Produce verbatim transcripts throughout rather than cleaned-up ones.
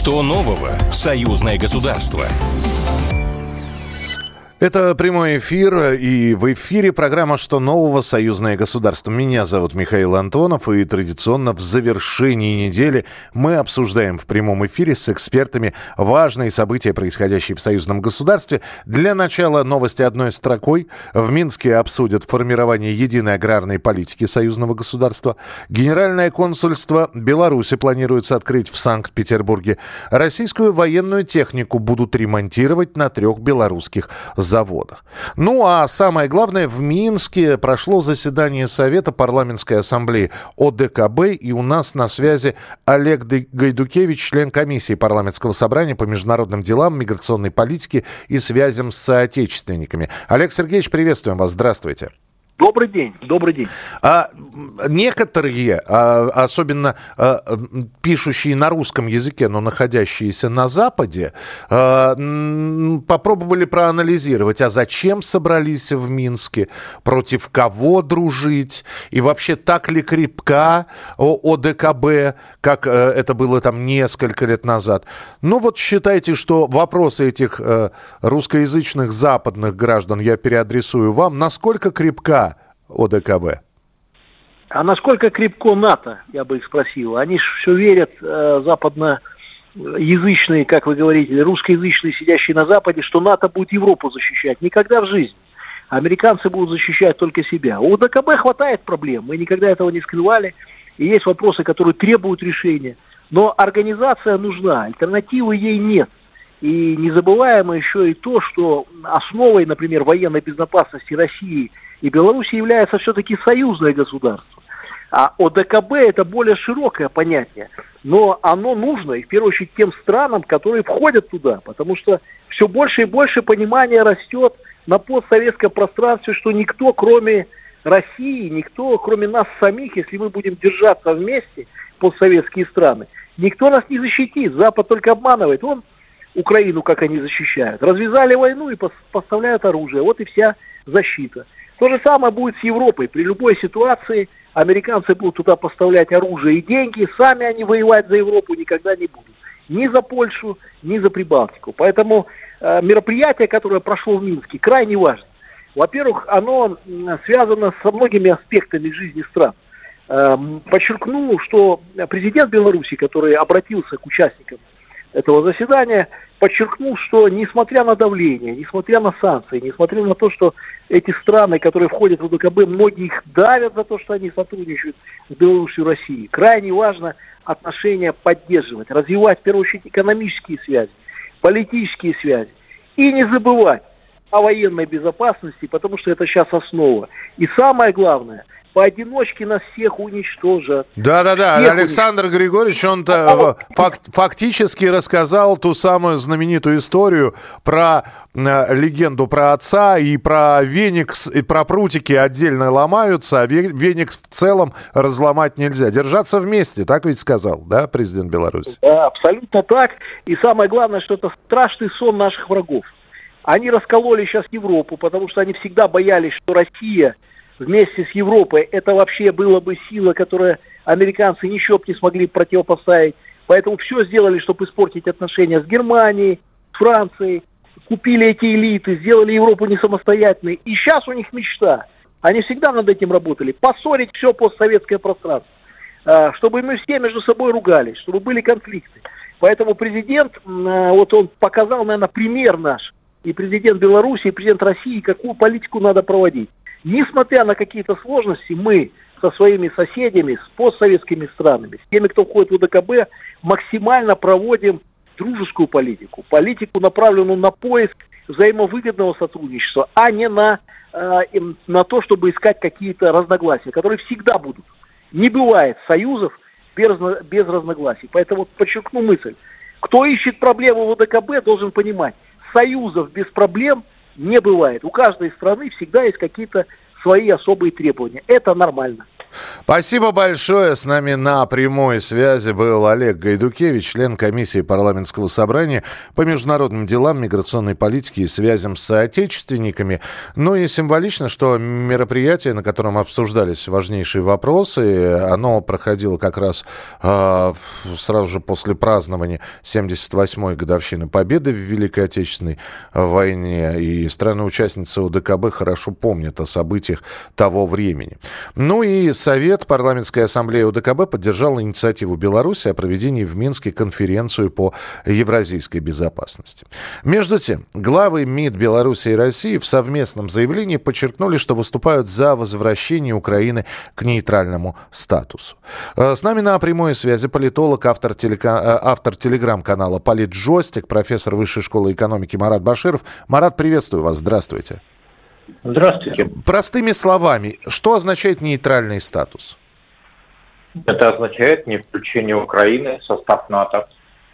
Что нового в союзное государство? Это прямой эфир, и в эфире программа «Что нового? Союзное государство». Меня зовут Михаил Антонов, и традиционно в завершении недели мы обсуждаем в прямом эфире с экспертами важные события, происходящие в союзном государстве. Для начала новости одной строкой. В Минске обсудят формирование единой аграрной политики союзного государства. Генеральное консульство Беларуси планируется открыть в Санкт-Петербурге. Российскую военную технику будут ремонтировать на трех белорусских заводах. Ну а самое главное, в Минске прошло заседание Совета парламентской ассамблеи О Дэ Ка Бэ, и у нас на связи Олег Гайдукевич, член комиссии парламентского собрания по международным делам, миграционной политике и связям с соотечественниками. Олег Сергеевич, приветствуем вас, здравствуйте. Добрый день, добрый день. А некоторые, а, особенно а, пишущие на русском языке, но находящиеся на Западе, а, м, попробовали проанализировать, а зачем собрались в Минске, против кого дружить, и вообще так ли крепка О Дэ Ка Бэ, как а, это было там несколько лет назад. Ну вот считайте, что вопросы этих а, русскоязычных западных граждан я переадресую вам. Насколько крепка О Дэ Ка Бэ? А насколько крепко НАТО, я бы их спросил? Они же все верят, э, западноязычные, как вы говорите, или русскоязычные, сидящие на Западе, что НАТО будет Европу защищать. Никогда в жизни. Американцы будут защищать только себя. У О Дэ Ка Бэ хватает проблем, мы никогда этого не скрывали. И есть вопросы, которые требуют решения. Но организация нужна, альтернативы ей нет. И не забываем еще и то, что основой, например, военной безопасности России и Беларуси является все-таки союзное государство. А О Дэ Ка Бэ это более широкое понятие, но оно нужно, и в первую очередь, тем странам, которые входят туда, потому что все больше и больше понимания растет на постсоветском пространстве, что никто, кроме России, никто, кроме нас самих, если мы будем держаться вместе, постсоветские страны, никто нас не защитит. Запад только обманывает. Он Украину, как они защищают. Развязали войну и поставляют оружие. Вот и вся защита. То же самое будет с Европой. При любой ситуации американцы будут туда поставлять оружие и деньги. Сами они воевать за Европу никогда не будут. Ни за Польшу, ни за Прибалтику. Поэтому э, мероприятие, которое прошло в Минске, крайне важно. Во-первых, оно связано со многими аспектами жизни стран. Э, подчеркну, что президент Беларуси, который обратился к участникам этого заседания, подчеркнул, что несмотря на давление, несмотря на санкции, несмотря на то, что эти страны, которые входят в О Дэ Ка Бэ, многие их давят за то, что они сотрудничают с Беларусью и Россией, крайне важно отношения поддерживать, развивать, в первую очередь, экономические связи, политические связи. И не забывать о военной безопасности, потому что это сейчас основа. И самое главное – поодиночке нас всех уничтожат. Да-да-да, Всех Александр уничтожат. Григорьевич, он-то фак- фактически рассказал ту самую знаменитую историю про э, легенду про отца, и про веник, и про прутики отдельно ломаются, а веник в целом разломать нельзя. Держаться вместе, так ведь сказал, да, президент Беларуси? Да, абсолютно так. И самое главное, что это страшный сон наших врагов. Они раскололи сейчас Европу, потому что они всегда боялись, что Россия вместе с Европой, это вообще была бы сила, которую американцы ничего бы не смогли противопоставить. Поэтому все сделали, чтобы испортить отношения с Германией, с Францией. Купили эти элиты, сделали Европу не самостоятельной. И сейчас у них мечта. Они всегда над этим работали. Поссорить все постсоветское пространство. Чтобы мы все между собой ругались, чтобы были конфликты. Поэтому президент, вот он показал, наверное, пример наш. И президент Беларуси, и президент России, какую политику надо проводить. Несмотря на какие-то сложности, мы со своими соседями, с постсоветскими странами, с теми, кто входит в О Дэ Ка Бэ, максимально проводим дружескую политику. Политику, направленную на поиск взаимовыгодного сотрудничества, а не на, э, на то, чтобы искать какие-то разногласия, которые всегда будут. Не бывает союзов без, без разногласий. Поэтому подчеркну мысль. Кто ищет проблемы в О Дэ Ка Бэ, должен понимать, союзов без проблем не бывает. У каждой страны всегда есть какие-то свои особые требования. Это нормально. Спасибо большое. С нами на прямой связи был Олег Гайдукевич, член комиссии парламентского собрания по международным делам, миграционной политике и связям с соотечественниками. Ну и символично, что мероприятие, на котором обсуждались важнейшие вопросы, оно проходило как раз э, сразу же после празднования семьдесят восьмой годовщины Победы в Великой Отечественной войне. И страны-участницы ОДКБ хорошо помнят о событиях того времени. Ну и Совет Парламентской ассамблеи ОДКБ поддержал инициативу Беларуси о проведении в Минске конференцию по евразийской безопасности. Между тем, главы МИД Беларуси и России в совместном заявлении подчеркнули, что выступают за возвращение Украины к нейтральному статусу. С нами на прямой связи политолог, автор, телека... автор телеграм-канала «Политжойстик», профессор Высшей школы экономики Марат Баширов. Марат, приветствую вас. Здравствуйте. Здравствуйте. Простыми словами, что означает нейтральный статус? Это означает не включение Украины в состав НАТО.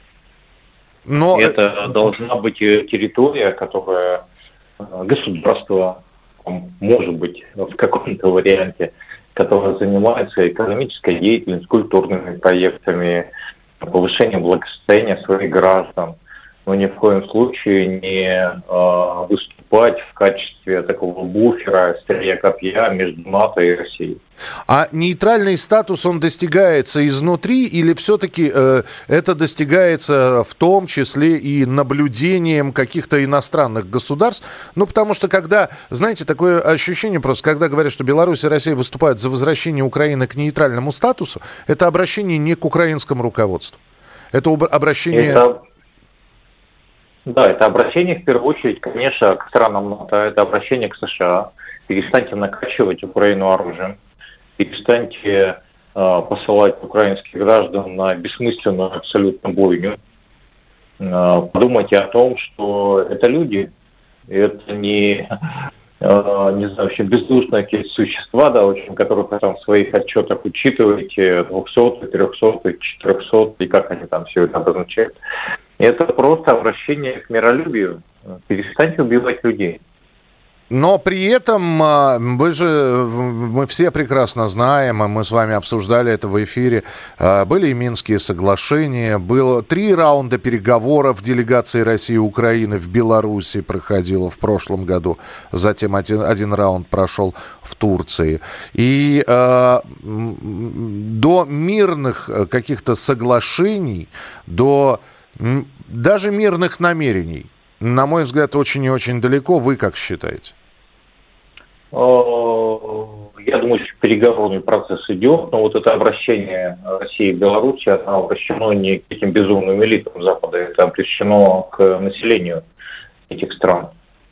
Но... Это должна быть территория, которая государство, может быть, в каком-то варианте, которое занимается экономической деятельностью, культурными проектами, повышением благосостояния своих граждан. Но ни в коем случае не э, выступать в качестве такого буфера, острия копья между НАТО и Россией. А нейтральный статус, он достигается изнутри или все-таки э, это достигается в том числе и наблюдением каких-то иностранных государств? Ну, потому что когда, знаете, такое ощущение просто, когда говорят, что Беларусь и Россия выступают за возвращение Украины к нейтральному статусу, это обращение не к украинскому руководству. Это обращение... Это... Да, это обращение, в первую очередь, конечно, к странам НАТО, это обращение к США. Перестаньте накачивать Украину оружием, перестаньте э, посылать украинских граждан на бессмысленную абсолютно бойню. Э, подумайте о том, что это люди, это не, э, не знаю, вообще бездушные какие-то существа, да, в общем, которых вы там в своих отчетах учитываете, двухсотый, трехсотый, четырехсотый, как они там все это обозначают. Это просто обращение к миролюбию. Перестаньте убивать людей. Но при этом вы же, мы все прекрасно знаем, и мы с вами обсуждали это в эфире, были и Минские соглашения, было три раунда переговоров делегации России и Украины в Беларуси проходило в прошлом году, затем один, один раунд прошел в Турции. И э, до мирных каких-то соглашений, до даже мирных намерений, на мой взгляд, очень и очень далеко. Вы как считаете? Я думаю, что переговорный процесс идет, но вот это обращение России и Беларуси, оно обращено не к этим безумным элитам Запада, это обращено к населению этих стран.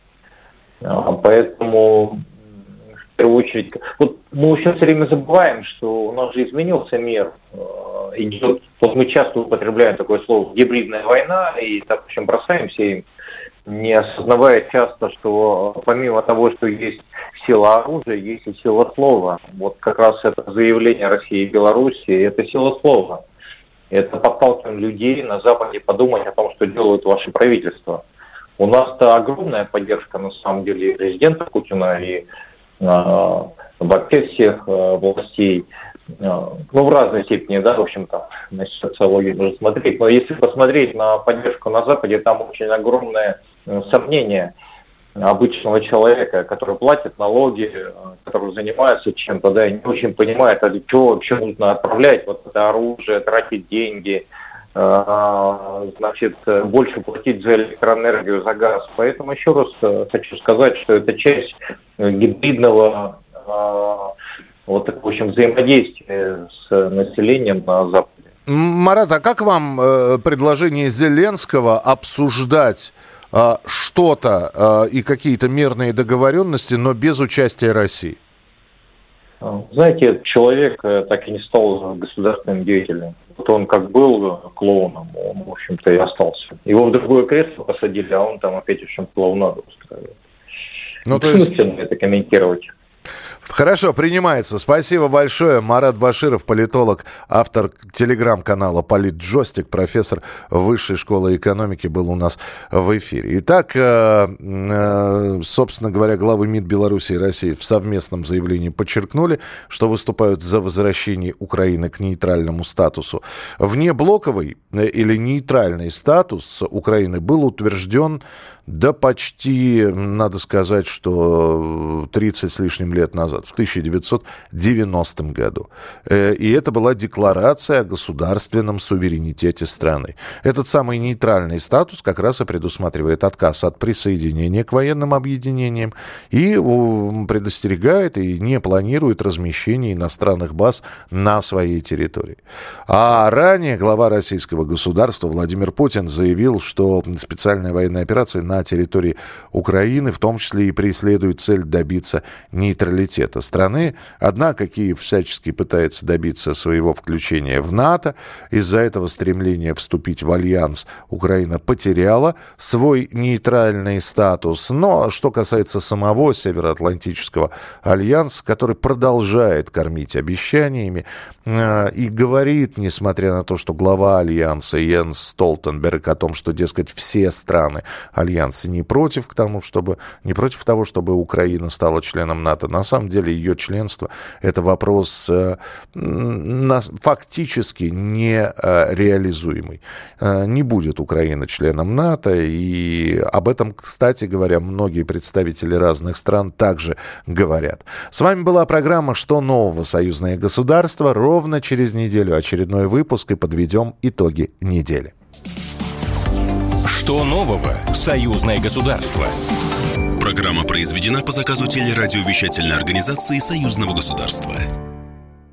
Поэтому, в первую очередь, вот мы очень все время забываем, что у нас же изменился мир. Идет, вот мы часто употребляем такое слово «гибридная война», и так, в общем, бросаемся им, не осознавая часто, что помимо того, что есть сила оружия, есть и сила слова. Вот как раз это заявление России и Беларуси, это сила слова. Это подталкивание людей на Западе подумать о том, что делают ваши правительства. У нас-то огромная поддержка, на самом деле, и президента Путина, и э, вообще всех э, властей. Ну, в разной степени, да, в общем-то, на социологию нужно смотреть. Но если посмотреть на поддержку на Западе, там очень огромное сомнение обычного человека, который платит налоги, который занимается чем-то, да, и не очень понимает, а для чего вообще нужно отправлять вот это оружие, тратить деньги, значит, больше платить за электроэнергию, за газ. Поэтому еще раз хочу сказать, что это часть гибридного вот такое, в общем, взаимодействие с населением на Западе. Марат, а как вам э, предложение Зеленского обсуждать э, что-то э, и какие-то мирные договоренности, но без участия России? Знаете, этот человек так и не стал государственным деятелем. Вот он как был клоуном, он, в общем-то, и остался. Его в другое кресло посадили, а он там опять, в общем, клоунаду устраивает. Ну, то есть... это комментировать. Хорошо, принимается. Спасибо большое. Марат Баширов, политолог, автор телеграм-канала «Политджойстик», профессор Высшей школы экономики, был у нас в эфире. Итак, собственно говоря, главы МИД Беларуси и России в совместном заявлении подчеркнули, что выступают за возвращение Украины к нейтральному статусу. Внеблоковый или нейтральный статус Украины был утвержден да почти, надо сказать, что тридцать с лишним лет назад, в тысяча девятьсот девяностом году. И это была декларация о государственном суверенитете страны. Этот самый нейтральный статус как раз и предусматривает отказ от присоединения к военным объединениям и предостерегает и не планирует размещение иностранных баз на своей территории. А ранее глава российского государства Владимир Путин заявил, что специальная военная операция на территории Украины в том числе и преследует цель добиться нейтралитета страны. Однако Киев всячески пытается добиться своего включения в НАТО. Из-за этого стремления вступить в альянс Украина потеряла свой нейтральный статус. Но что касается самого Североатлантического альянса, который продолжает кормить обещаниями э, и говорит, несмотря на то, что глава альянса Йенс Столтенберг о том, что, дескать, все страны альянса не против к тому, чтобы, не против того, чтобы Украина стала членом НАТО. На самом деле ее членство – это вопрос э, нас, фактически нереализуемый. Э, не будет Украина членом НАТО, и об этом, кстати говоря, многие представители разных стран также говорят. С вами была программа «Что нового? Союзное государство». Ровно через неделю очередной выпуск и подведем итоги недели. Что нового? Союзное государство. Программа произведена по заказу телерадиовещательной организации Союзного государства.